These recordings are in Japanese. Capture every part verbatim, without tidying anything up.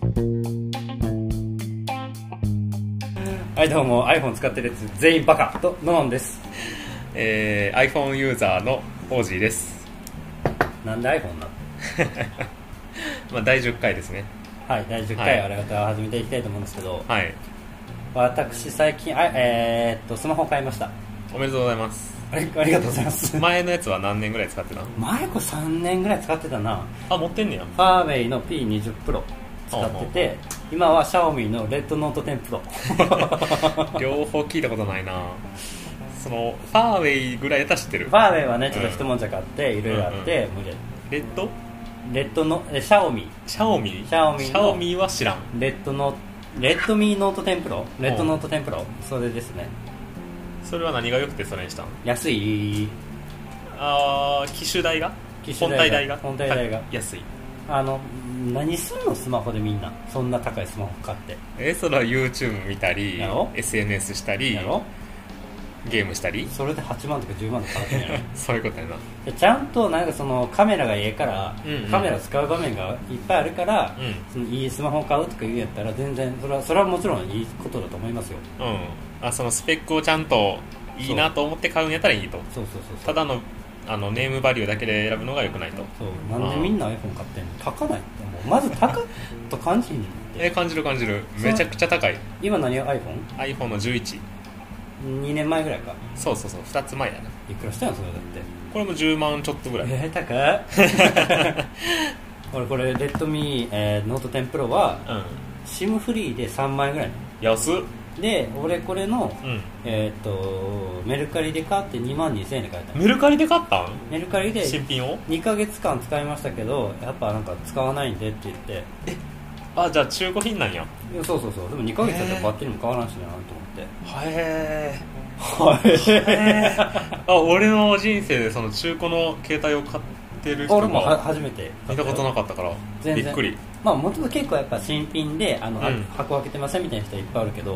はいどうも iPhone 使ってるやつ全員バカとノノンです。 えー、iPhone ユーザーのオージーです。 なんで iPhone なのまあだいじゅっかいですね。 はいだいじゅっかい、はい、我々は始めていきたいと思うんですけど、 はい、 私最近あ、えー、っとスマホを買いました。 おめでとうございます。 あり, ありがとうございます。 前のやつは何年ぐらい使ってたの？ 前これさんねんぐらい使ってたな。 あ、持ってんねや。 ファーウェイの ピーにじゅう Pro 使ってて、今はシャオミのレッドノートテン Pro 両方聞いたことないな。そのファーウェイぐらいやったら知ってる。 ファーウェイはねちょっと一悶着あっていろいろあって、うんうん、 レッドレッドのえシャオミシャオミシャオミシャオミは知らん。 レッドノレッドミーノートテン Pro レッドノートテン Pro それですね。 それは何が良くてそれにしたの？ 安い。 あー、機種代が機種代が本体代が本体代が安い。 あの何するのスマホでみんなそんな高いスマホ買って。 えそれは YouTube 見たり エスエヌエス したりゲームしたりそれではちまんとかじゅうまんとかかかってんやろそういうことやな。 ちゃんとなんかそのカメラがええから、うんうん、カメラ使う場面がいっぱいあるから、うん、そのいいスマホを買うとか言うんやったら全然それはそれはもちろんいいことだと思いますよ。 うん、あそのスペックをちゃんといいなと思って買うんやったらいいと。 そうそうそうそう。 ただのあのネームバリューだけで選ぶのが良くないと。 そうなんでみんな iPhone 買ってんの？高ないってもうまず高いと感じんのえ感じる感じる。めちゃくちゃ高い。 今何 iPhone？ iPhone のじゅういち。 にねんまえぐらいか。 そうそうそうふたつまえやな。 いくらしたんそれだって。 これもじゅうまんちょっとぐらい。 えー、高い俺これレッドミー、えー、ノートテン Pro は、うん、SIM フリーでさんまんえんぐらい。 安っ。 で俺これの、うん、えー、っとメルカリで買ってにまんにせんえんで買えた。 メルカリで買ったん？ メルカリで新品をにかげつかん使いましたけどやっぱなんか使わないんでって言って。 えあじゃあ中古品なんや。 いやそうそうそう。でもにかげつだったらバッテリーも変わらんしなと思って。 へえあ俺の人生でその中古の携帯を買ってる人俺もは初めて見たことなかったからびっくり。 まあもともと結構やっぱ新品であの、うん、箱開けてませんみたいな人はいっぱいあるけど、うんうん、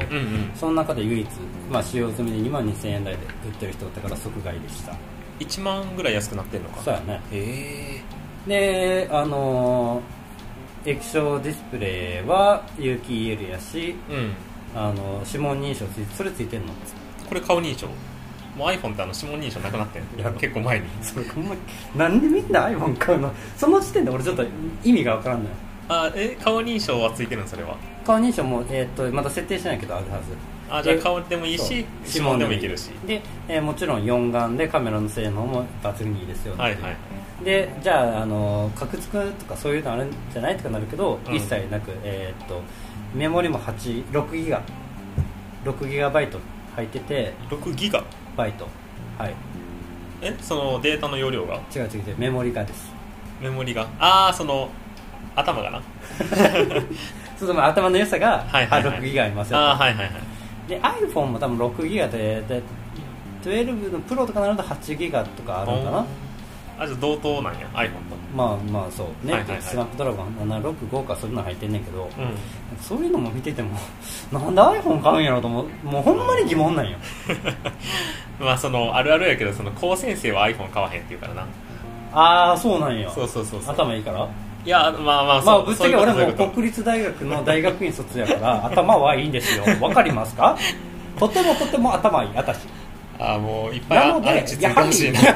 その中で唯一、まあ、使用済みでにまんにせんえん台で売ってる人だったから即買いでした。 いちまんぐらい安くなってんのか。 そうやね。 へえ。であのー、液晶ディスプレイは有機 イーエル やし、うん、あの指紋認証ついてそれついてんの？ これ顔認証。もう iPhone ってあの指紋認証なくなってんの結構前に。 それほんまなんでみんな iPhone 買うの？その時点で俺ちょっと意味が分からんのよ。 あえ顔認証はついてるの？それは顔認証も、えー、っとまだ設定してないけどあるはず。 あじゃあ顔でもいいし指紋でもいけるしで、えー、もちろんよん眼でカメラの性能も抜群にいいですよ、ね、 はいはい。 でじゃあ、あのカクつくとかそういうのあるんじゃないとかなるけど、うん、一切なく、えー、っとメモリもろくギガろくギガバイト入ってて。 ろくギガバイトはい。 えそのデータの容量が？ 違う違う違うメモリがです。 メモリがああその頭がなそうで頭の良さが、 はいはいはい、 ろくギガありますよ。 あはいはいはい。 で iPhone も多分ろくギガででじゅうにのプロとかなるとはちギガとかあるのかな。 あじゃあ同等なんや iPhone と。まあまあそうね、はいはいはい、スナップドラゴンななろくごかそういうの入ってんねんけど、うん、そういうのも見ててもなんで iPhone 買うんやろと思う。もうほんまに疑問なんよまあそのあるあるやけどその高専生は iPhone 買わへんって言うからな。 ああそうなんや。 そうそうそうそう頭いいから。 いやまあまあまあぶっちゃけ俺も国立大学の大学院卒やから頭はいいんですよ。わかりますか？とてもとても頭いい私。 ああもういっぱいあるちついてほしいな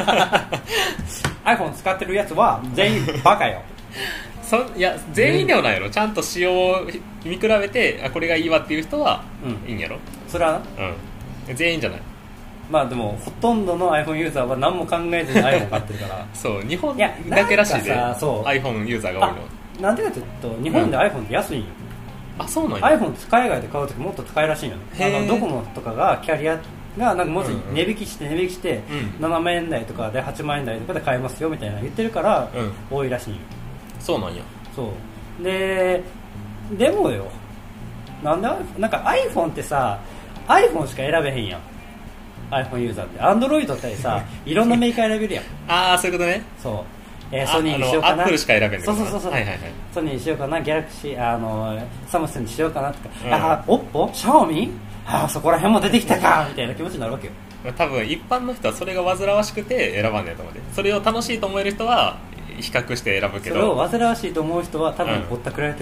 iPhone 使ってるやつは全員バカよそいや全員ではないやろ。ちゃんと使用を見比べてあこれがいいわっていう人はいいんやろ、うん、 それはうん全員じゃない。 まあでもほとんどの iPhone ユーザーは何も考えずに iPhone 買ってるからそう日本だけらしいで iPhone ユーザーが多いの。 なんでかというと日本で iPhone って安いんよ、 うん、あそうなんや。 iPhone って海外で買うときもっと高いらしいの。あのドコモとかがキャリアがなんかもし値引きして値引きしてななまんえん台とかではちまんえん台とかで買えますよみたいな言ってるから多いらしいんよ、 うん、そうなんや。 そうででもよなんでなんか iPhone ってさ iPhone しか選べへんやん iPhone ユーザーって。 Android ってさいろんなメーカー選べるやんああそういうことね。 そう、えー、ソニーにしようかな。 アップルしか選べんねん。 そうそうそうそう、 はいはいはい、 ソニーにしようかな。ギャラクシーあのサムスンにしようかなとか、うん、あオッポシャオミあそこら辺も出てきたかみたいな気持ちになるわけよ。 多分一般の人はそれが煩わしくて選ばんねんと思うで。それを楽しいと思える人は比較して選ぶけど、 それを煩わしいと思う人は多分ぼったくられてる、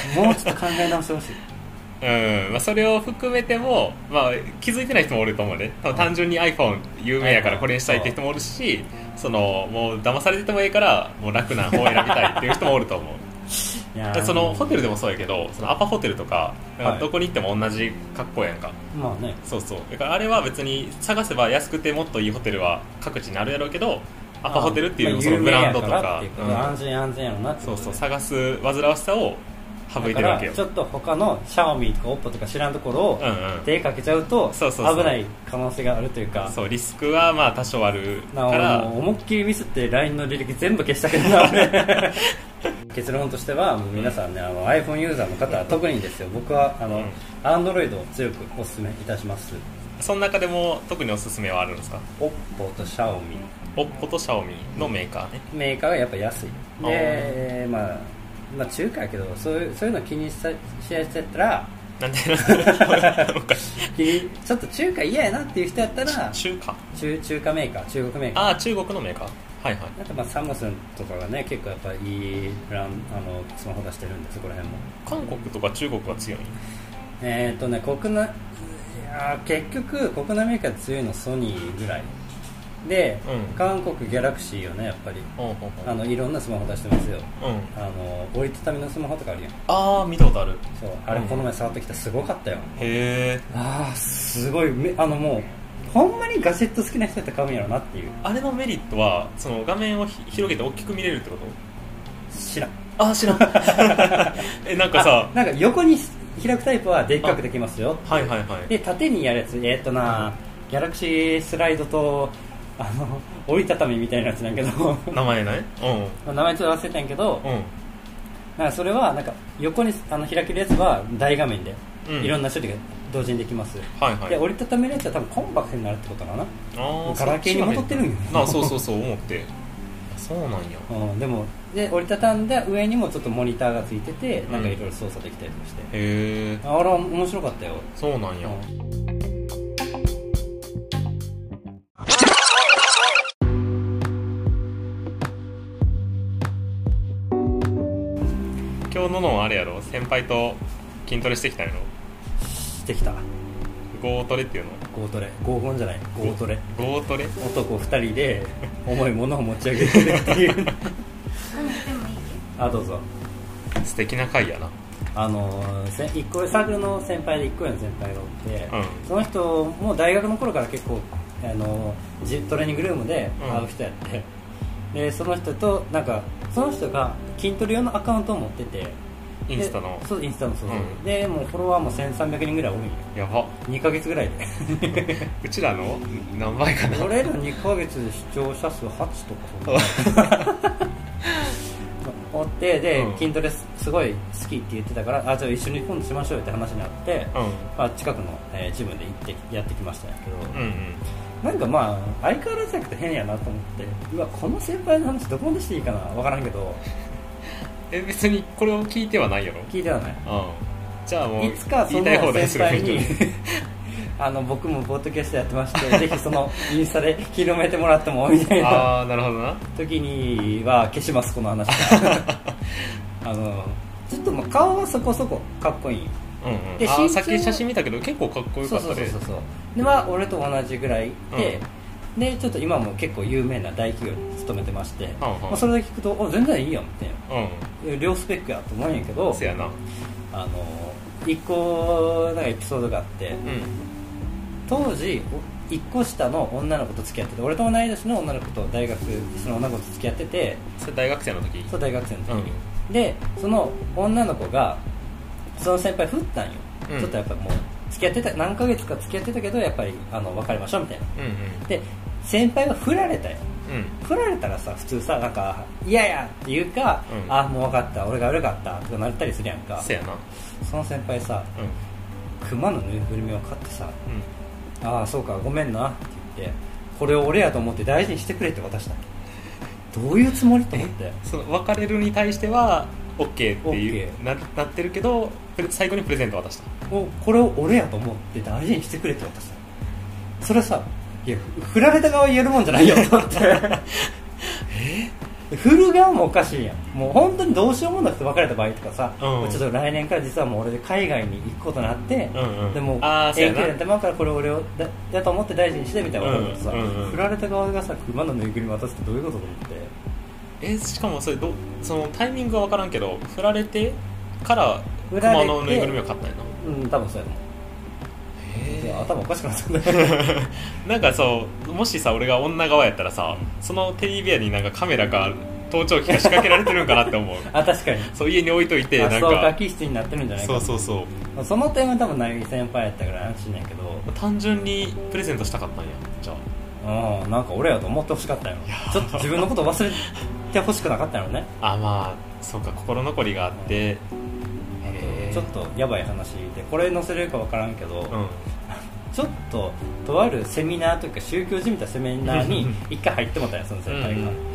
もうちょっと考え直してほしい。 うんまあ、それを含めても、まあ、気づいてない人もおると思うね。多分単純に iPhone 有名やからこれにしたいって人もおるし、そのもう騙されててもいいからもう楽な方を選びたいっていう人もおると思う。 いやそのホテルでもそうやけど、そのアパホテルとか、 はい、 どこに行っても同じ格好やんか。 まあね、 そうそう。だからあれは別に探せば安くてもっといいホテルは各地にあるやろうけど、アパホテルっていうそのブランドとか、 うん、安心安全やろなってそうそう探す煩わしさを省いてるわけよ。 ちょっと他のシャオミとかオッポとか知らんところを手かけちゃうと危ない可能性があるというか、 そうリスクはまあ多少あるから。 もう思いっきりミスって ライン の履歴全部消したけどな俺結論としてはもう皆さんね、あの iPhone ユーザーの方は特にですよ、僕はあの、うん、Android を強くお勧めいたします。 その中でも特におすすめはあるんですか？ オッポとシャオミオッポとシャオミのメーカーね。 メーカーがやっぱ安いで、まあまあ、中華やけどそういう、そういうの気にしちゃったらなんでちょっと中華嫌やなっていう人やったら中華中, 中華メーカー中国メーカーああ中国のメーカーはいはい。 あとまあサムスンとかがね結構やっぱいいブランあのスマホ出してるんで、そこら辺も韓国とか中国は強いえっ、ー、とね国内いや結局国内メーカー強いのソニーぐらいで、うん、韓国ギャラクシーよねやっぱり、うんうんうん、あのいろんなスマホ出してますよ、うん、あの折りたたみのスマホとかあるやん。 ああ見たことある。 そうあれこの前触ってきたすごかったよ、 うん、へえ。 ああすごいあのもうほんまにガジェット好きな人やったら買うんやろなっていう。 あれのメリットはその画面を広げて大きく見れるってこと？ 知らん。 ああ知らんえなんかさなんか横に開くタイプはでっかくできますよ。 はいはいはい。 で縦にやるやつえー、っとな、うん、ギャラクシースライドとあの折りたたみみたいなやつなんけど名前ない、 うん、名前ちょっと忘れたんやけど、うん、なんかそれはなんか横にあの開けるやつは大画面で、うん、いろんな処理が同時にできます、はいはい、で折りたためるやつは多分コンパクトになるってことかな。あガラケーに戻ってるんよな。そうそうそう思ってそうなんや、 うん、でもで折りたたんだ上にもちょっとモニターがついてて、うん、なんかいろいろ操作できたりとかして、へーあれ面白かったよ。 そうなんや、うん今日ののあれやろ、先輩と筋トレしてきたんやろ。 してきた。 ゴートレっていうの？ ゴートレ、合コンじゃない、ゴートレ。 ゴートレ？ 男ふたりで重いものを持ち上げてるっていうあ、どうぞ。 素敵な会やな。 あの一個サークルの先輩でいっこ上の先輩がおって、うん、その人も大学の頃から結構あのトレーニングルームで会う人やって、うん、でその人となんかその人が筋トレ用のアカウントを持ってて、 インスタのそうインスタのそうそう、うん、でもうフォロワーもせんさんびゃくにんぐらいおるんよ。 やば。 にかげつぐらいでうちらの何倍かな。 俺らにかげつで視聴者数はちとかそうおってで、うん、筋トレすごい好きって言ってたから、あじゃあ一緒に今度しましょうよって話になって、うんまあ、近くの、えー、ジムで行ってやってきましたけど、うんうん、なんかまあ相変わらずなくて変やなと思って、うわこの先輩の話どこまでしていいかな分からんけどえ別にこれを聞いてはないやろ。 聞いてはない、うん、 じゃあもういつかその先輩にあの僕もポッドキャストやってましてぜひそのインスタで広めてもらってもみたいなあなるほどな時には消しますこの話があのちょっとまあ顔はそこそこかっこいい、 うんうん、であさっき写真見たけど結構かっこよかったね。 そうそうそうそうでまあ俺と同じぐらいで、うん、でちょっと今も結構有名な大企業に勤めてまして、うんうんまあ、それだけ聞くとお全然いいやんみたいな、うん、両スペックやと思うんやけどせやなあの一個なんかエピソードがあって、うん当時いっこ下の女の子と付き合ってて、俺と同い年の女の子と大学その女の子と付き合ってて、 それ大学生の時？ そう大学生の時に、うん、でその女の子がその先輩振ったんよ、うん、ちょっとやっぱもう付き合ってた何ヶ月か付き合ってたけどやっぱりあの別れましょうみたいな、うんうん、で先輩が振られたよ、うん、振られたらさ普通さなんか嫌やって言うか、うん、あもう分かった俺が悪かったとかなったりするやんか。 そうやな。 その先輩さ、うん、熊のぬいぐるみを買ってさ、うんああそうかごめんなって言ってこれを俺やと思って大事にしてくれって渡した。どういうつもりと思ってその別れるに対しては OK っていう な, なってるけど最後にプレゼント渡した。 おこれを俺やと思って大事にしてくれって渡した。それさいや振られた側やるもんじゃないよと思ってえ振る側もおかしいやん。もう本当にどうしようもなくて別れた場合とかさ、 うん、 ちょっと来年から実はもう俺で海外に行くことになって、 うんうん、 でも遠距離の手間からこれ俺を だ, だと思って大事にしてみたいなことだけどさ、うんうんうん、振られた側がさ馬のぬいぐるみ渡すってどういうことと思って。 えしかもそれどそのタイミングは分からんけど振られてから熊のぬいぐるみを買ったんやな。 うん多分そうやな。頭おかしくなったんだよなんかそうもしさ俺が女側やったらさそのテディベアになんかカメラか盗聴器が仕掛けられてるんかなって思うあ確かにそう家に置いといてなんかストーカー気質になってるんじゃないか。 そうそうそうその点は多分凪先輩やったから安心やけど単純にプレゼントしたかったんやじゃあうんなんか俺やと思ってほしかったよちょっと自分のこと忘れてほしくなかったよねあまあそうか心残りがあって、 うん、ちょっとやばい話でこれ載せれるか分からんけど、うんちょっととあるセミナーというか宗教じみたセミナーに一回入ってもらったんやその先輩が、うん、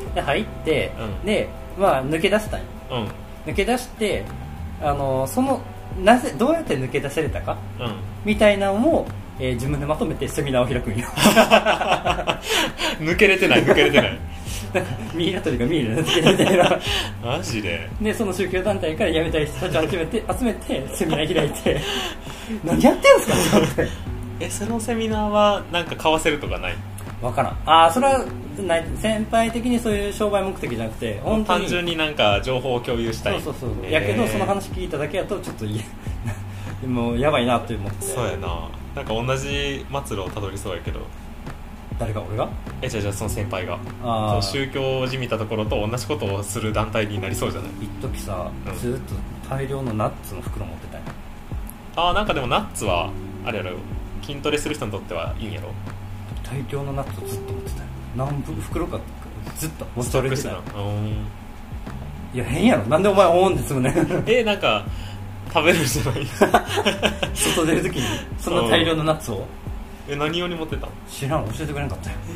で入って、うん、で、まあ、抜け出したんや、うん、抜け出してあのそのなぜどうやって抜け出せれたか、うん、みたいなのも、えー、自分でまとめてセミナーを開くんよ抜けれてない抜けれてないなんかミイラ取りがミイラ抜けれみたいなマジででその宗教団体から辞めたい人たちを集めて集めてセミナー開いて何やってんすかってえそのセミナーはなんか買わせるとかない？ 分からん。ああそれはない先輩的にそういう商売目的じゃなくて本当に単純になんか情報を共有したい。 そうそうそう、えー、やけどその話聞いただけだとちょっといもうやばいなって思ってそうやななんか同じ末路をたどりそうやけど誰が俺がえじゃあじゃあその先輩があ宗教じみたところと同じことをする団体になりそうじゃない？ 一時さ、うん、ずっと大量のナッツの袋持ってたよ。 ああなんかでもナッツはあれやろ筋トレする人にとってはいいんやろ大量のナッツをずっと持ってたよ。何袋かずっと持ち歩いてたよ。いや変やろなんでお前オンってすむねえなんか食べるじゃない外出るときにそんな大量のナッツをえ何用に持ってた？ 知らん教えてくれなかったよ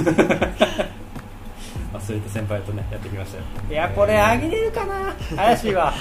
まあそういった先輩とねやってきましたよ。いやこれあげれるかな怪しいわ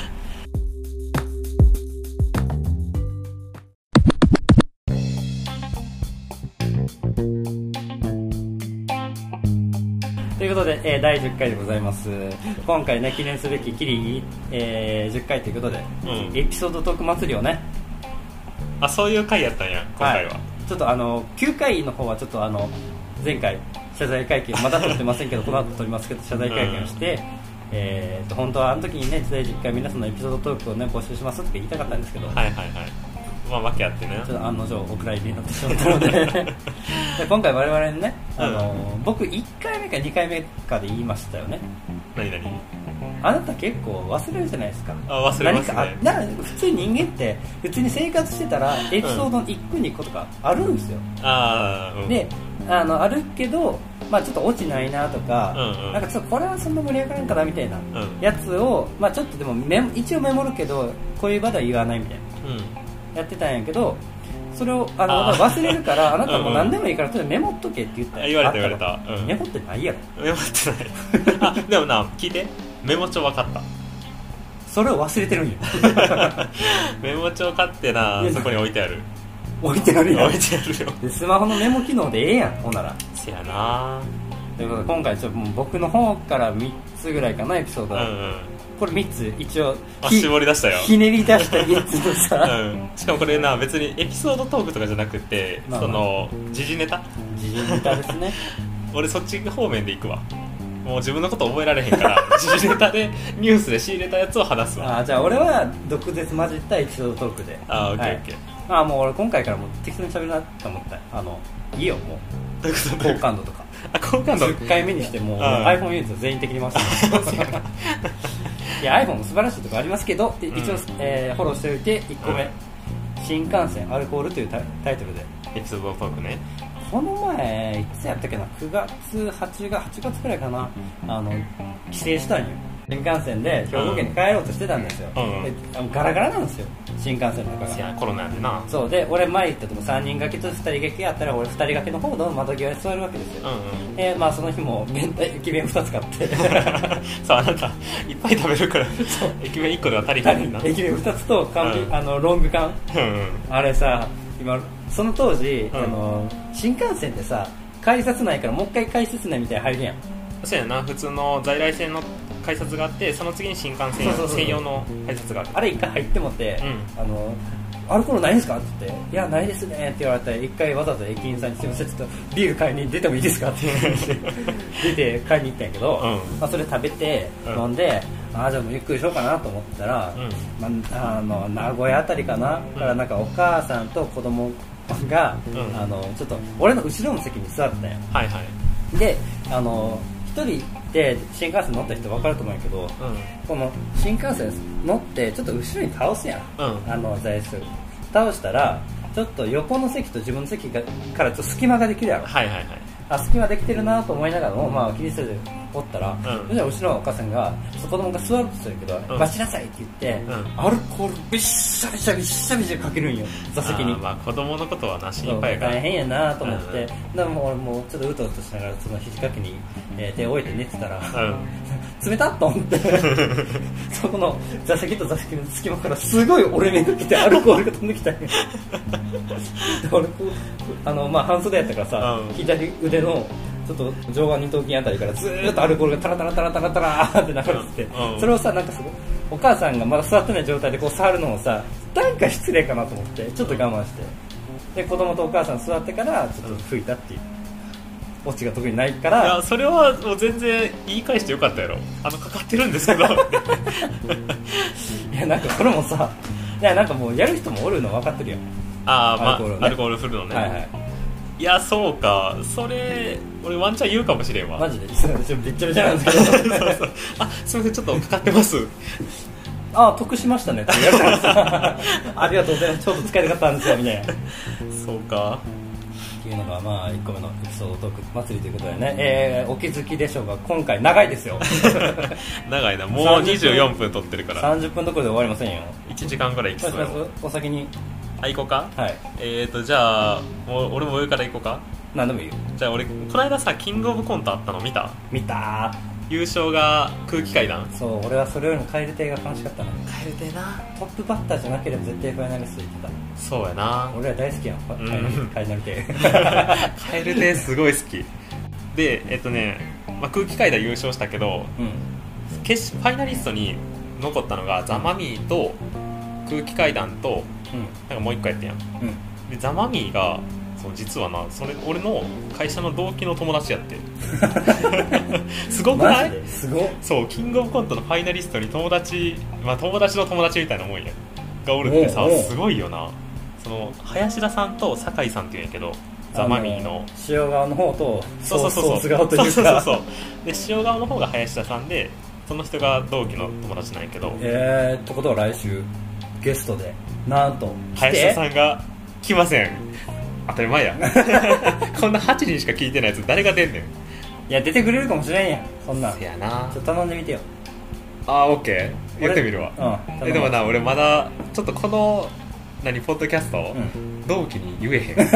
ということで、えー、だいじゅっかいでございます。今回ね記念すべきキリ、えー、じゅっかいということで、うん、エピソードトーク祭りをねあそういう回やったんや今回は、はい、 ちょっとあのきゅうかいの方はちょっとあの前回謝罪会見まだ撮ってませんけどこの後撮りますけど謝罪会見をして、うんえー、と本当はあの時にねだいじゅっかい皆さんのエピソードトークをね募集しますって言いたかったんですけどはいはいはいまあ訳あってねちょっと案の定お蔵入りになってしまったのでで今回我々にねあの、うん、僕いっかいめかにかいめかで言いましたよね。 何何あなた結構忘れるじゃないですか。 あ忘れますね。 何かあ普通人間って普通に生活してたらエピソードのいっこにことかあるんですよ、 うん、あ, うん、 で あ, のあるけど、まあ、ちょっと落ちないなとか、 うんうん、 なんかちょっとこれはそんな盛り上がらんかなみたいなやつを、まあ、ちょっとでもメ一応メモるけどこういう場では言わないみたいな、うん、やってたんやけどそれをあのあ忘れるからあなたも何でもいいからとりあえずメモっとけって言ったら言われた言われた、 うん、メモってないやろ。 メモってないあでもな聞いてメモ帳分かったそれを忘れてるんよメモ帳買ってなそこに置いてある置いてあるよ置いてあるよでスマホのメモ機能でええやんほんならせやなということで今回ちょっともう僕の方からみっつぐらいかなエピソード、うんうん、これみっつ一応絞り出したよひねり出したみっつのさ、 うん、しかもこれな別にエピソードトークとかじゃなくて、まあまあ、その時事ネタ時事ネタですね俺そっち方面でいくわもう自分のこと覚えられへんから時事ネタでニュースで仕入れたやつを話すわあじゃあ俺は毒舌混じったエピソードトークであオッケーオッケーあもう俺今回からもう適当に喋るなと思ったあのいいよもう好感度とかあ好感度じゅっかいめにしてもう iPhone ユーザー全員的に回していや iPhone も素晴らしいところありますけど、うん、一応、えー、フォローしておいていっこめ、うん、新幹線アルコールというタイトルでエピソードトークねこの前いつやったっけなくがつはちがつくらいかなあの帰省したんよ新幹線で兵庫県に帰ろうとしてたんですよ、うん、でガラガラなんですよ新幹線とかがコロナでなそうで俺前行ったとこさんにん掛けとふたり掛けやったら俺ふたり掛けの方の窓際に座るわけですよ、うんうん、でまあその日も駅弁ふたつ買ってそうあなたいっぱい食べるから駅弁いっこでは足りないんだ駅弁ふたつと缶、うん、あのロング缶、うんうん、あれさ今その当時、うん、あの新幹線ってさ改札内からもう一回改札内みたいに入るやんそうやな、普通の在来線の改札があって、その次に新幹線専用の改札がある。 あれ一回入ってもって、 うん、 あのアルコールないんですかって言って、いやないですねって言われて、一回わざわざ駅員さんにすいませんちょっとビール買いに出てもいいですかって言って出て買いに行ったんやけど、うん、まあ、それ食べて飲んで、うん、ああじゃあもうゆっくりしようかなと思ったら、うん、まあ、あの名古屋あたりかな、うん、からなんかお母さんと子供が、うん、あのちょっと俺の後ろの席に座ったんや、 はいはい、 であの一人で新幹線乗った人分かると思うんやけど、うん、この新幹線乗ってちょっと後ろに倒すやん、うん、あの座椅子倒したらちょっと横の席と自分の席がからちょっと隙間ができるやろ、 はいはいはい、 あ隙間できてるなと思いながらも、まあ、気にせずおったら、うん、じゃあ後ろのお母さんが子供が座るとするけど、うん、待ちなさいって言って、うん、アルコールびっしゃびしゃびっしゃびしゃかけるんよ座席に。 あ、まあ、子供のことはな心配やから大変やなと思って、うん、でも俺もうちょっとうとうとしながらその肘掛けに、えー、手を置いて寝てたら、うん、冷たっと思ってそこの座席と座席の隙間からすごい折れ目が来てアルコールが飛んできたんよ俺こうあの、まあ、半袖やったからさ、うん、左腕のちょっと上腕二頭筋あたりからずーっとアルコールがタラタラタラタラタラーって流れてて、うん、それをさなんかすごいお母さんがまだ座ってない状態でこう触るのもさなんか失礼かなと思ってちょっと我慢して、で子供とお母さん座ってからちょっと吹いたっていうオチが特にないから、 いやそれはもう全然言い返してよかったやろ、あのかかってるんですけどいやなんかこれもさ、いやなんかもうやる人もおるの分かってるよ。 ああ、まあアルコール、ね、アルコール振るのね、はいはい、いやそうか、それ俺ワンチャン言うかもしれんわマジで。ちょっとびっちゃびちゃなんですけどそうそう、 あすみませんちょっとかかってますああ得しましたねって言われたんですありがとうございます、ちょっと使いたかったんですよみたいなそうかっていうのがまあいっこめのエピソードトーク祭りということでね、えー、お気づきでしょうが今回長いですよ長いな、もうにじゅうよんぷん撮ってるからさんじゅっぷんどころで終わりませんよ。 いちじかんぐらいいきそうよ。 お先にあ、行こうか。 はい。 えーとじゃあもう俺も上から行こうか。 何でもいいよ。 じゃあ俺この間さキングオブコントあったの見た？ 見た。 優勝が空気階段。 そう、俺はそれよりも蛙亭が楽しかったね。 蛙亭な、 トップバッターじゃなければ絶対ファイナリストいってた。 そうやな、 俺は大好きやん、ファイナル亭蛙亭すごい好きで、えっとね、まあ、空気階段優勝したけど、うん、決ファイナリストに残ったのがザ・マミィと空気階段と、うん、なんかもう一個やってんやん、うん、でザ・マミィがそう実はな、それ俺の会社の同期の友達やってすごくない？マジですごっ。そう、キングオブコントのファイナリストに友達、まあ、友達の友達みたいなもんやがおるってさ、おうおうすごいよな。その林田さんと酒井さんっていうんやけど、ザ・マミィの塩顔の方とそうそうそうそうソース顔というか、 そうそうそうで塩顔の方が林田さんで、その人が同期の友達なんやけど、 えーってことは来週ゲストでなんと林田さんが来ません。当たり前やこんなはちにんしか聞いてないやつ誰が出んねん。 いや出てくれるかもしれんやん、そんなん。 せやな、 ちょっと頼んでみてよ。 あーオッケー、言ってみるわ、うん、えでもな俺まだちょっとこの何ポッドキャスト、うん、同期に言えへん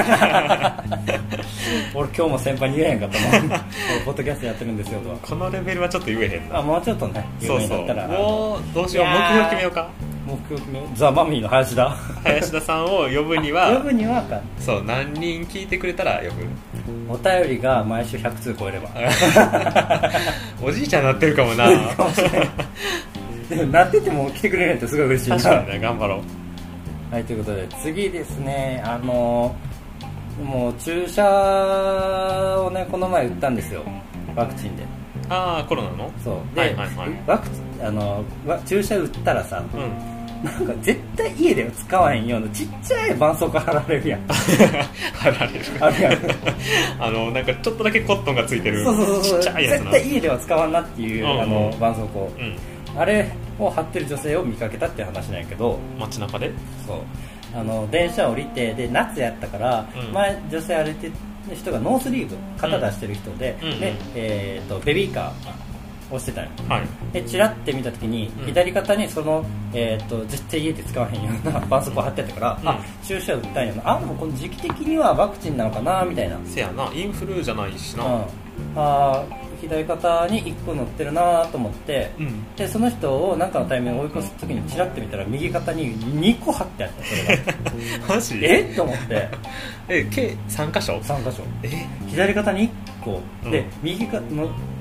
俺今日も先輩に言えへんかったもん俺ポッドキャストやってるんですよとは。 このレベルはちょっと言えへんな。 あ、もうちょっとね、 そうそう、もうどうしよう、目標決めようか。 目標決めよう。ザ・マミィの林田林田さんを呼ぶには呼ぶにはか、 そう何人聞いてくれたら呼ぶ。 お便りが毎週ひゃくつう超えればおじいちゃんなってるかもなでもなってても来てくれるってすごい嬉しいな。 確かにね、頑張ろう。 はい、ということで次ですね、あのもう注射をねこの前打ったんですよ、ワクチンで。 ああ、コロナの。 そうで、はいはいはい、ワクチンあの注射打ったらさ、うん、なんか絶対家では使わへんようなちっちゃい絆創膏貼られるやん貼られるあるやんあのなんかちょっとだけコットンがついてる、 そうそうそうそう、 ちっちゃいやつな。 絶対家では使わんなっていう、うんうん、あの絆創膏、うん、あれを貼ってる女性を見かけたっていう話なんやけど、 街中で。 そう、あの電車降りて、で夏やったから、うん、前女性歩いてる人がノースリーブ肩出してる人で、うん、で、えー、とベビーカー押してたんよ、はい、でチラって見た時に、うん、左肩にその、えー、と絶対家で使わへんような絆創膏貼ってたから、うん、あ、注射打ったんやな、あ、でもこの時期的にはワクチンなのかなみたいな。 せやな、インフルじゃないしな、 うん、あ、左肩にいっこ乗ってるなと思って、うん、でその人を何かのタイミングで追い越す時にチラって見たら右肩ににこ貼ってあった、それがマジえっと思ってえ、計さんかしょ ?さん箇所え左肩にいっこ、うん、で右肩の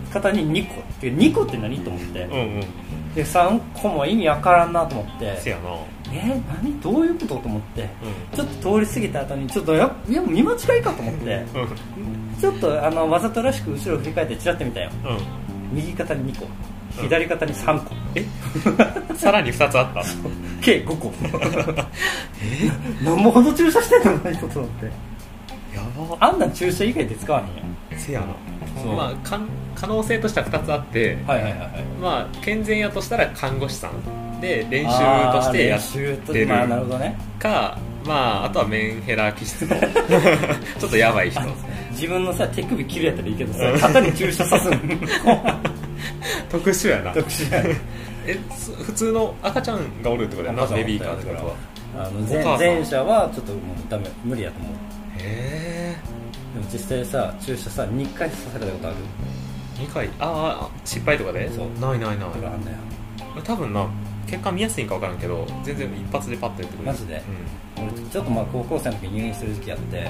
方ににこってにこって何と思って、 うんうん、 でさんこも意味わからんなと思って、 せやな、 えー、何どういうことと思って、 うん、 ちょっと通り過ぎた後にちょっとやいや見間違いかと思って、うん、ちょっとあのわざとらしく後ろを振り返ってチラッと見たよ、うん、右肩ににこ、左肩にさんこ、 えさらにふたつあった計ごこえ何もほど注射してんのないこと思って、 やば、 あんなん注射以外で使わへんやん。 せやな、まあ、か可能性としてはふたつあって、はいはいはいはい、まあ、健全やとしたら看護師さんで練習としてやってる、 まあ、なるほどね、 か、まあ、あとはメンヘラ気質のちょっとやばい人自分のさ手首切るやったらいいけどさ肩に注射さすの特殊やな特殊やなえ普通の赤ちゃんがおるってことやな、ベビーカーってことは。 あの 前, 前者はちょっともうダメ無理やと思う。 へえ。 でも実際さ注射さにかい刺されたことある？ にかい？ああ失敗とかで？そうないないない。 あんだよ。 多分な結果見やすいんか分からんけど全然一発でパッとやってくれる。 マジで、うん、俺ちょっとまあ高校生の時入院する時期あって、うん、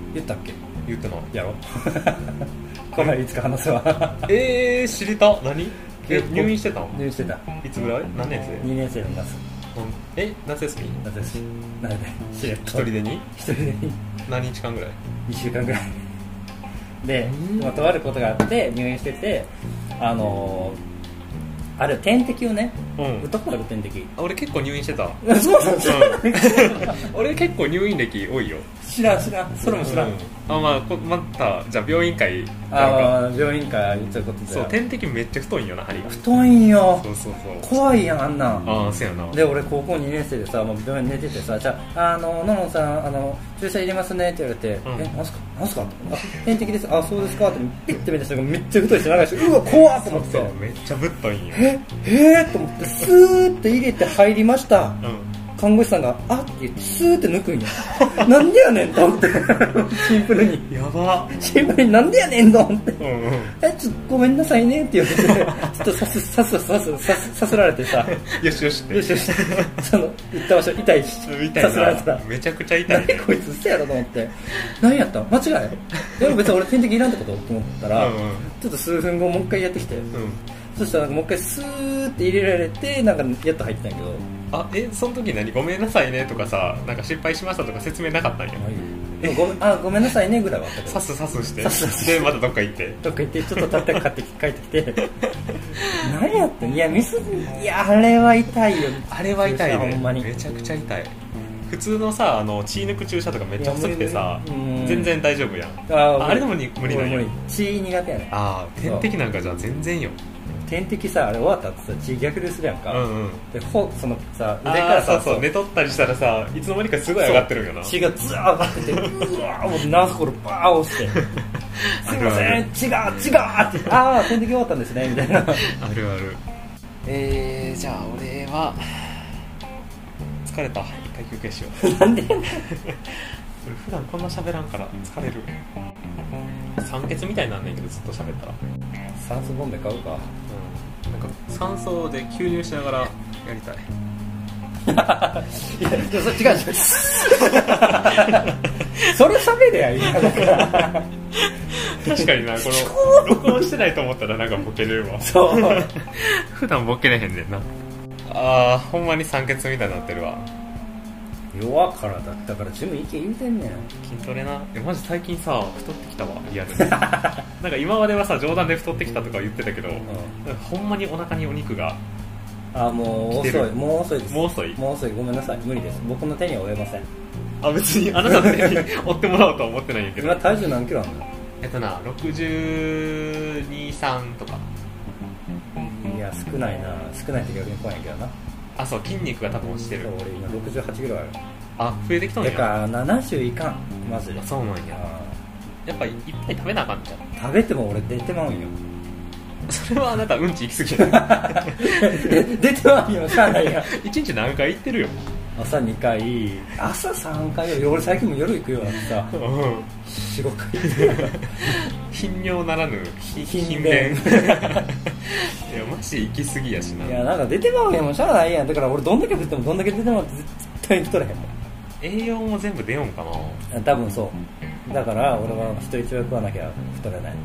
言ったっけ？ 言ってないやろこのいつか話すわえー知りた。何？え入院してたの？ 入院してた。いつぐらい？何年生？ にねん生の夏。 え夏休み？ 夏休みなんでしれっと一人でに？ 一人でに何日間ぐらい？ にしゅうかんぐらいで、まあ、とあることがあって入院してて、あのー、ある点滴をね、うん、打ったことある点滴。 俺結構入院してたそうそうそう、 うん、俺結構入院歴多いよ。 知らん知らん、それも知らん、うん、 あ、まあ、またじゃあ病院会ああ病院会言っちゃうことで、 そう点滴めっちゃ太いんよな、針が太いんよ。 そうそうそう怖いやんあんなん。 ああそうやな。 で俺高校にねん生でさ、もう病院寝ててさ、じゃああのののさんあの注射入れますねって言われて、うん、えなんすかなんすか、あ点滴です、あそうですかってピッて見た人がめっちゃ太いし長いし、うわ怖っと思って、 そうそうめっちゃぶっといんよ。 ええー、と思ってスーって入れて入りました、うん、看護師さんがあって言ってスーって抜くんやなんでやねんと思ってシンプルにやばシンプルになんでやねんと思って、うんうん、えちょっとごめんなさいねって言われてちょっとさすさすさすさすさすられてさよしよしよしよしその行った場所痛いしさすられてた。 めちゃくちゃ痛い。 何こいつ嘘やろと思って何やった間違いでも別に俺点滴いらんってことと思ったら、うんうん、ちょっと数分後もう一回やってきて、うん、そしたらもう一回スーって入れられてなんかやっと入ってたんやけど、 あえその時何ごめんなさいねとかさ、なんか失敗しましたとか説明なかったんや。 でもごめんあごめんなさいねぐらいはあったけど、 サスサスしてでまたどっか行ってどっか行ってちょっとたったか買って帰ってきて何やってんいやミスいやあれは痛いよ。 あれは痛いね、 ほんまにめちゃくちゃ痛い。普通のさあの血抜く注射とかめっちゃ細くてさ全然大丈夫やん。 あ, あれでもに無理なんや。 血苦手やね。 ああ点滴なんかじゃあ全然よ。 点滴さあれ終わったってさ血逆流するやんか、うんうん、でほそのさ腕からさそうそう寝とったりしたらさいつの間にかすごい上がってるんよな。 血がずー上がっててうわーもうナースコールバー押してすいません血が血がってああ点滴終わったんですねみたいなあるある。えー、じゃあ俺は疲れた。一回休憩しようなんで俺普段こんな喋らんから疲れる。酸欠みたいなんねんけどずっと喋ったら。 酸素ボンベ買うか。 うん、なんか酸素で吸入しながらやりたいいやでもそれ違う違うそれ喋れや今だから確かにな、この録音してないと思ったらなんかボケれるわ。そう普段ボケれへんねんな。あーほんまに酸欠みたいになってるわ。 弱からだったからジム行け言うてんねん。 筋トレな。えマジ最近さ太ってきたわリアルになんか今まではさ冗談で太ってきたとか言ってたけど、うん、ほんまにお腹にお肉があもう遅いもう遅いです。 もう遅いもう遅いごめんなさい無理です。僕の手には負えません。 あ別にあなたの手に追ってもらおうとは思ってないんやけど今体重何キロあんの？ えっとなろくじゅうに、さんとか。 いや少ないな。少ないって逆に怖いんやけどな。 あそう筋肉が多分落ちてる。 そう俺今ろくじゅうはちキロある。 あ増えてきたんや。 てかななじゅういかんマジで。 そうなんや。やっぱいっぱい食べなあかんじゃん。 食べても俺出てまうんよ。 それはあなたうんち行き過ぎや出てまうんよしゃあないやいちにち何回行ってるよ。 朝にかい朝さんかいよ。俺最近も夜行くようになってさ、うん、よん、ごかい行ってる頻尿ならぬ頻便いやマジ行き過ぎやしな。 いやなんか出てまうやんもしゃあないやん。だから俺どんだけ食ってもどんだけ出てまうって絶対に太れへんもん。 栄養も全部出よんかな。 多分そうだから俺は人一倍食わなきゃ太れない。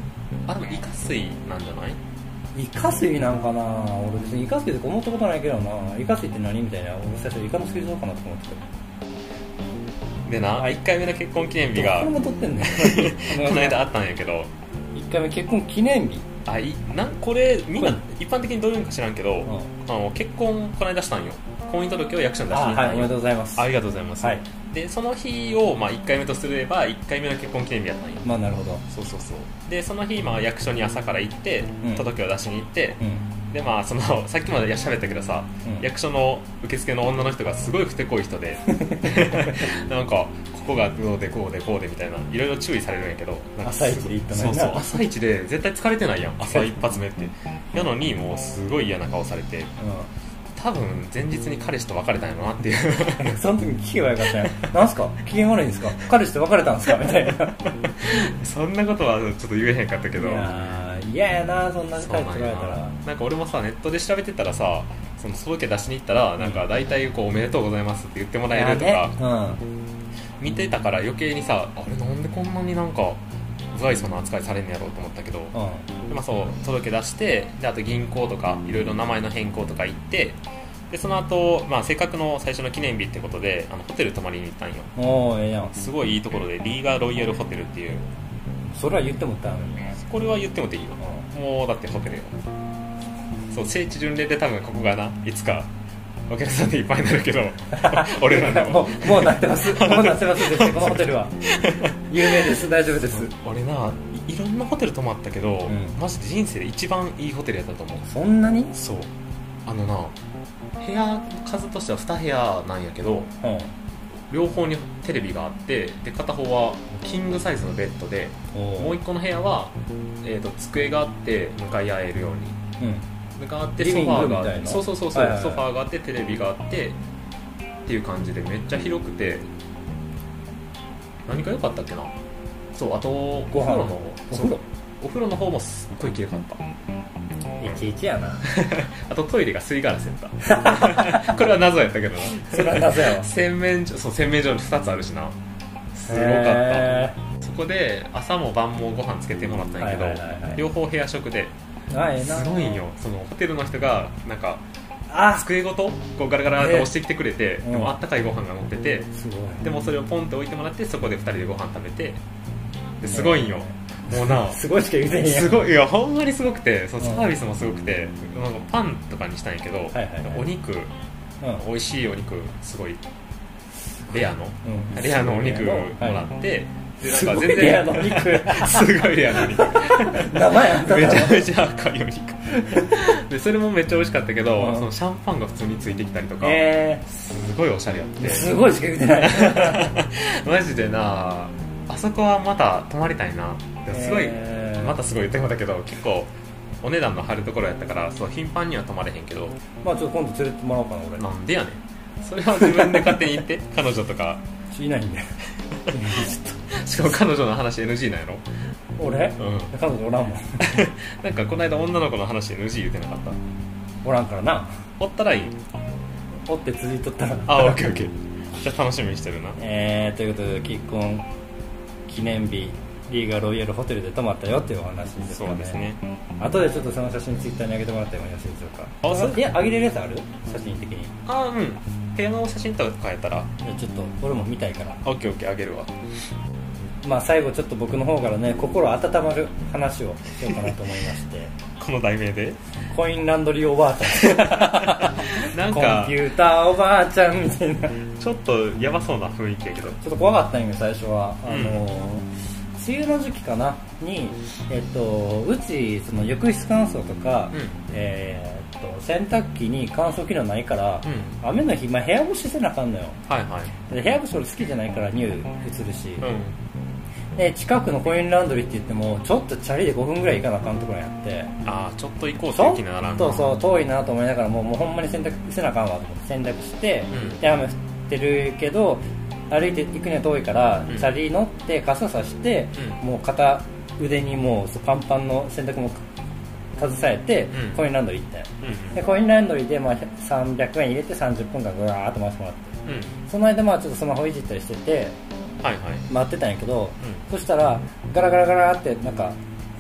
あ、でもイカ水なんじゃない？ イカ水なんかな。俺別にイカ水とか思ったことないけどな。イカ水って何みたいな。俺最初イカの水槽かなと思ってた。 でな、いっかいめの結婚記念日がこれも撮ってんねこの間あったんやけど、 いっかいめ結婚記念日。 あいなんこれみんな一般的にどういうのか知らんけど、 うん、 あの結婚この間したんよ。婚姻届を役所に出しに行ったんよ。 あ、はい、おめでとうございます。 ありがとうございます、 はい、 でその日を、まあ、いっかいめとすればいっかいめの結婚記念日やったんよ。 まあなるほど。 そうそうそう。でその日、まあ、役所に朝から行って、うん、届を出しに行って、うん、でまあそのさっきまで喋ったけどさ、うん、役所の受付の女の人がすごいふてこい人でなんかここがどうでこうでこうでみたいないろいろ注意されるんやけど、なんか朝一で行ったのにな。 そうそう、朝一で絶対疲れてないやん朝一発目ってやのにもうすごい嫌な顔されて、うん、多分前日に彼氏と別れたんやろなっていうその時に聞けばよかったやん。なんすか機嫌悪いんですか、彼氏と別れたんですかみたいなそんなことはちょっと言えへんかったけど、いや嫌やな、そんなに彼氏と言われたら。 なんか俺もさネットで調べてたらさ、その届け出しに行ったらなんか大体こうおめでとうございますって言ってもらえるとか、ね、うん、見てたから余計にさ、あれなんでこんなになんか不愛想な扱いされんのやろうと思ったけど、うん、で、まあ、そう届け出してであと銀行とかいろいろ名前の変更とか行ってでその後、まあせっかくの最初の記念日ってことであのホテル泊まりに行ったんよ。 おー、ええやん。 すごいいいところでリーガロイヤルホテルっていう。 それは言ってもったのね。 これは言ってもていいよ、うん、もうだってホテルよ。そう聖地巡礼で多分ここがないつかお客さんでいっぱいになるけど俺らのもうもうなってますもうなってますですこのホテルは有名です、大丈夫です。 俺ないろんなホテル泊まったけど、うん、マジで人生で一番いいホテルやったと思う。 そんなに？ そう、あのな部屋の数としてはに部屋なんやけど、うん、両方にテレビがあってで片方はキングサイズのベッドでもう一個の部屋は、えー、と机があって向かい合えるように、うん、があってソファーがあってそうそうそうそう、はいはいはい、ソファーがあってテレビがあってっていう感じでめっちゃ広くて何が良かったっけな。そうあとお風呂のお風呂お風呂の方もすっごい綺麗かったいちいちやなあとトイレが吸い殻やったこれは謎やったけどなそれは謎やわ洗面所そう洗面所ふたつあるしなすごかったそこで朝も晩もご飯つけてもらったんやけど、はいはいはいはい、両方部屋食ですごいんよ。そのホテルの人がなんかあ机ごとこうガラガラって押してきてくれて、えー、でもあったかいご飯が乗ってて、すごいでもそれをポンって置いてもらってそこでふたりでご飯食べてですごいんよ、えー、もうなすごいしか言うてんやすごいいやほんまにすごくてそのサービスもすごくて、うん、なんかパンとかにしたんやけど、はいはいはい、お肉、うん、美味しいお肉すごいレアの、うん、レアのお肉もらって、はいでなんか全然レアのお肉すごいレアのお肉生やっためちゃめちゃ赤いお肉でそれもめっちゃ美味しかったけど、うん、そのシャンパンが普通についてきたりとか、えー、すごいおしゃれやってすごいしか言ってないマジでなあそこはまた泊まりたいなすごい、えー、またすごい言ってもだけど結構お値段の張るところやったからそう頻繁には泊まれへんけどまあちょっと今度連れてもらおうかな俺なんでやねんそれは自分で勝手に行って彼女とかいないんだよしかも彼女の話 エヌジー なんやろ俺、うん、彼女おらんもんなんかこの間女の子の話 エヌジー 言ってなかったおらんからなおったらいいおって続いとったらあ、オッケーオッケーじゃあ楽しみにしてるなえー、ということで結婚記念日リーガロイヤルホテルで泊まったよっていうお話ですかね。 そうですね。 後でちょっとその写真ツイッターに上げてもらってもよろしいでしょうか。あ、そういや上げれるやつある？写真的に。 あ、うん。部屋の写真とかやったら。 じゃあちょっと俺も見たいから。 オッケーオッケーあげるわ。 まあ最後ちょっと僕の方からね心温まる話をしようかなと思いまして。 この題名で？ コインランドリーおばあちゃん。なんかコンピューターおばあちゃんみたいな。 ちょっとヤバそうな雰囲気やけど。ちょっと怖かったんよ最初は。あのー。うん梅雨の時期かなに、えっと、うちその浴室乾燥とか、うん、えー、っと洗濯機に乾燥機能ないから、うん、雨の日、まあ、部屋干しせなあかんのよ、はいはい、で部屋干し俺好きじゃないから匂い移るし、うん、で近くのコインランドリーって言ってもちょっとチャリでごふんぐらい行かなあかんところやってあちょっと行こうという気にならんなちょっとそう遠いなと思いながらもう、もうほんまに洗濯せなあかんわと思って洗濯して、うん、で雨降ってるけど歩いて行くには遠いから、うん、チャリ乗って傘さして、うん、もう片腕にもうパンパンの洗濯も携えて、うん、コインランドリー行ったよ、うん、でコインランドリーでまあさんびゃくえん入れてさんじゅっぷんかんぐわーっと回してもらって、うん、その間まあちょっとスマホいじったりしてて、はいはい、待ってたんやけど、うん、そしたらガラガラガラってなんか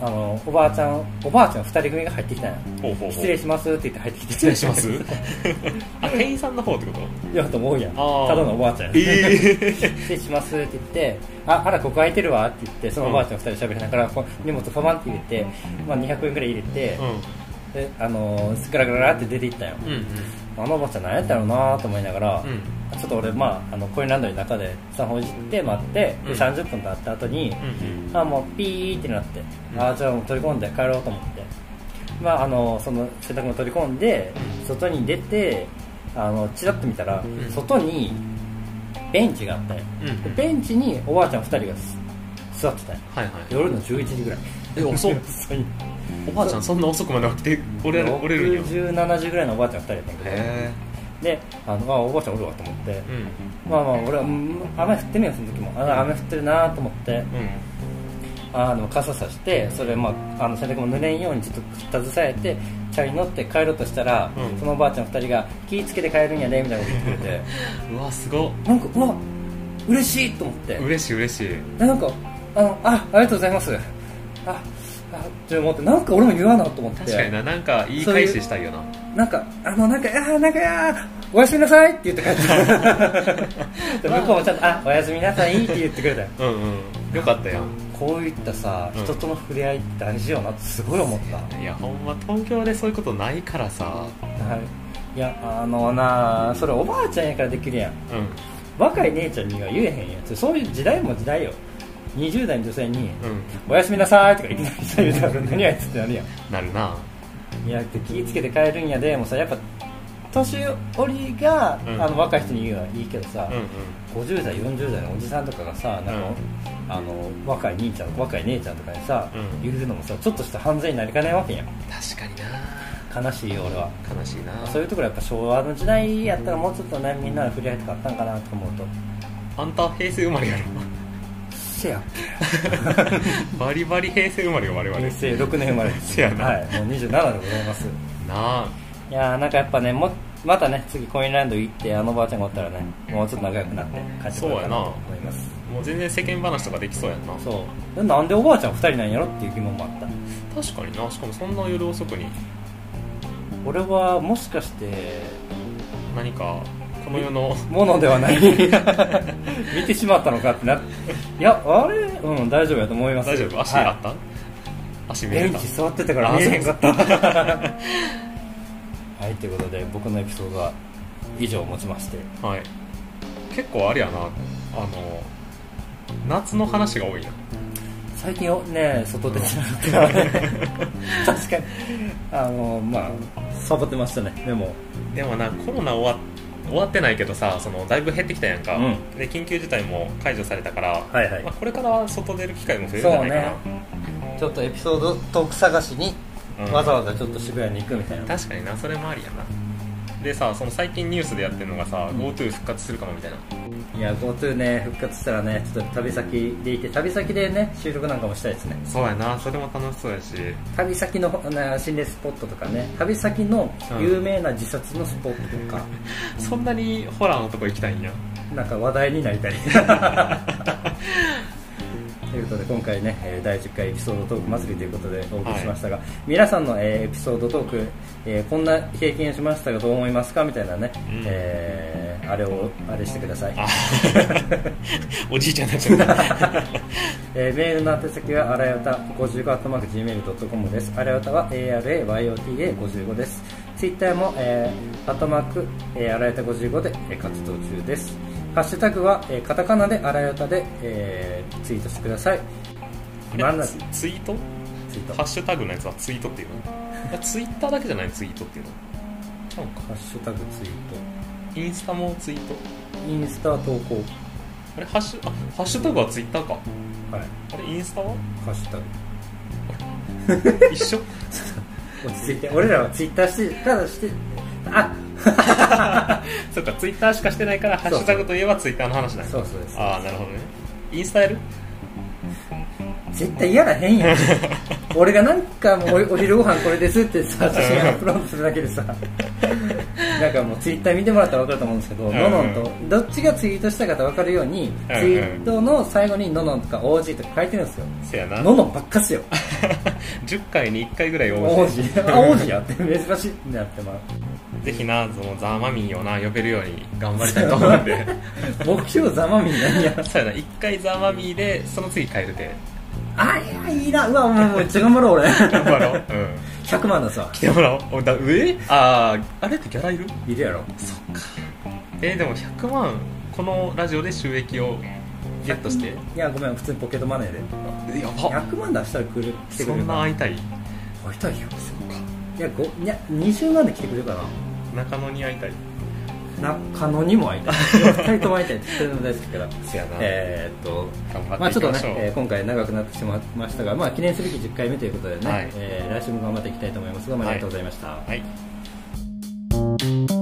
あのおばあちゃんおばあちゃんふたり組が入ってきたんや。 ほうほうほう失礼しますって言って入ってきて、 失礼しますあ、店員さんの方ってこと？ いやと思うやん、たあーだのおばあちゃんや、 えー、 失礼しますって言ってあ、あらここ空いてるわって言って、そのおばあちゃんふたり喋りながら、こう荷物パパンって入れて、まあ、にひゃくえんぐらい入れて、 うであのー、ガラガラガラって出ていったよ、 んうんうんあのおばあちゃん何やったろうなと思いながら、 うんちょっと俺、まあ、あのコインランドリーの中でスマホいじって待ってでうんさんじゅっぷん経った後に、 うんあもうピーってなって、 うんあじゃあもう取り込んで帰ろうと思って、まあ、あのその洗濯物取り込んで外に出てあのチラッと見たら、 ん外にベンチがあったよ、 うんでベンチにおばあちゃんふたりが座ってたよ、 はいはい夜のじゅういちじぐらいえ遅っ遅いおばあちゃんそんな遅くまで起きて折れる折れるんよろくじゅうななじぐらいのおばあちゃんふたりやったんやけど、 へであのあおばあちゃんおるわと思って、 えうんまあまあ俺はうん雨降ってるよその時もあ雨降ってるなと思ってうんあの傘さしてそれ、まあ、あの洗濯物濡れんようにちょっと携えてチャリに乗って帰ろうとしたら、 うんそのおばあちゃんふたりが気ぃつけて帰るんやねみたいなこと言ってくれてうわすごっなんかうわ嬉しいと思って嬉しい嬉しいでなんかあのあありがとうございますああって思ってなんか俺も言わなと思って確かにな、なんかいい返ししたいよな。 なんかあのなんかあなんかあおやすみなさいって言って帰ってで向こうもちゃんとあおやすみなさいって言ってくれたようんうんよかったよ。 こういったさ、 うん人との触れ合いって大事よなってすごい思ったいやほんま東京でそういうことないからさ。 はいいやあのなそれおばあちゃんやからできるやんうん若い姉ちゃんには言えへんやつそういう時代も時代よにじゅう代の女性にうん 「おやすみなさい」とかいきなりさ言うたら何やつってなるやんなるな。 いや気ぃつけて帰るんやでもさやっぱ年寄りが、 うんあの若い人に言うのはいいけどさ、 うんうんごじゅう代よんじゅう代のおじさんとかがさなんか、 うんあの若い兄ちゃん若い姉ちゃんとかにさ、 うん言うのもさちょっとした犯罪になりかねんわけやん確かにな。 悲しいよ俺は悲しいな。 そういうところやっぱ昭和の時代やったらもうちょっとねみんなの触れ合いとかあったんかなと思うとあんた平成生まれやろ。 せやバリバリ平成生まれよ我々。 平成ろくねん生まれですせやなはいもうにじゅうななでございますなあ。 いやーなんかやっぱねもまたね次コインランド行ってあのばあちゃんがおったらねもうちょっと仲良くなって帰ってこようかなと思いますもう全然世間話とかできそうやんな。 そうでなんでおばあちゃんふたりなんやろっていう疑問もあった確かにな。しかもそんな夜遅くに俺はもしかして何かこの世のものではない見てしまったのかってないやあれうん大丈夫やと思います大丈夫足はいあった、足見えたベンチ座ってたから見えへんかったはいということで僕のエピソードは以上をもちましてはい結構あれやなあの夏の話が多いな。 最近ね外出てなかったからね確かにあのまあサボってましたねでもでもなコロナ終わ終わってないけどさそのだいぶ減ってきたやんか、 うんで緊急事態も解除されたから、 はいはいまあ、これからは外出る機会も増えるんじゃないかな。 ちょっとエピソードトーク探しにうんわざわざちょっと渋谷に行くみたいな、 確かになそれもありやな。でさその最近ニュースでやってるのがさ、 うん GoTo 復活するかもみたいな。 いや GoTo ね復活したらねちょっと旅先でいて旅先でね収録なんかもしたいですねそうやなそれも楽しそうやし。 旅先のな心霊スポットとかね旅先の有名な自殺のスポットとか、 そんなにホラーのとこ行きたいんや。 なんか話題になりたいということで今回ねえーだいじゅっかいエピソードトーク祭りということでお送りしましたが、皆さんのえーエピソードトーク、えーこんな経験しましたがどう思いますかみたいなね、 うんえーあれをあれしてくださいあおじいちゃんになっちゃったえーメールの宛先はあらよたごじゅうご アットマーク ジーメール ドットコム です。あらよたは エーアールエーワイオーティーエーごじゅうご です。ツイッターも、えー、アットマーク、えー、あらよたごじゅうごで、えー活動中です。ハッシュタグは、えーカタカナであらよたで、えーツイートしてください。なんだツツイートツイートハッシュタグのやつはツイートっていうのツイッターだけじゃないツイートっていうのなんかハッシュタグツイーインスタもツイートトインスタ投稿あれハッシュあハッシュタグはツイッターかはいあれインスタはハッシュタグ一緒落ち着いて俺らはツイッターしてただしてあそっかツイッターしかしてないからハッシュタグといえばツイッターの話だねそうそうですああなるほどねインスタやる絶対やらへんやん俺がなんかもうお昼ご飯これですってさ写真アップロードするだけでさなんかもうツイッター見てもらったら分かると思うんですけど、うん、ののんとどっちがツイートしたか分かるように、うん、ツイートの最後にののんとか オージー とか書いてるんですよ。 せやな、 ののんばっかっすよじゅっかいにいっかいぐらい オージー あ オージー やって珍しいってなってます。 ぜひな、そのザーマミンをな呼べるように頑張りたいと思うんで目標ザーマミン何やそうやな、いっかいザーマミンでその次帰るで。 あ、いや、いいな、うわ、もうめっちゃ頑張ろう俺頑張ろう、うん、 ひゃくまんださ、 来てもらおう。だ上ああ、あれってギャラいるいるやろ。 そっか。えー、でもひゃくまんこのラジオで収益をゲットして。 いや、ごめん、普通にポケットマネーで。 やば、 ひゃくまん出したら来る、来てくれるかな。 そんな会いたい。 会いたいよ。そうか。いや、ごいやにじゅうまんで来てくれるかな。 中野に会いたい。 中野にも会いたい。ふたりとも会いたいって言ってるの大好きから。 せやな。 えー、っと、 頑張っていきましょう。 まあちょっとね、えー、今回長くなってしまいましたが、まあ記念すべきじゅっかいめということでね、はい、えー、来週も頑張っていきたいと思います。どうもありがとうございました。 はい。はい。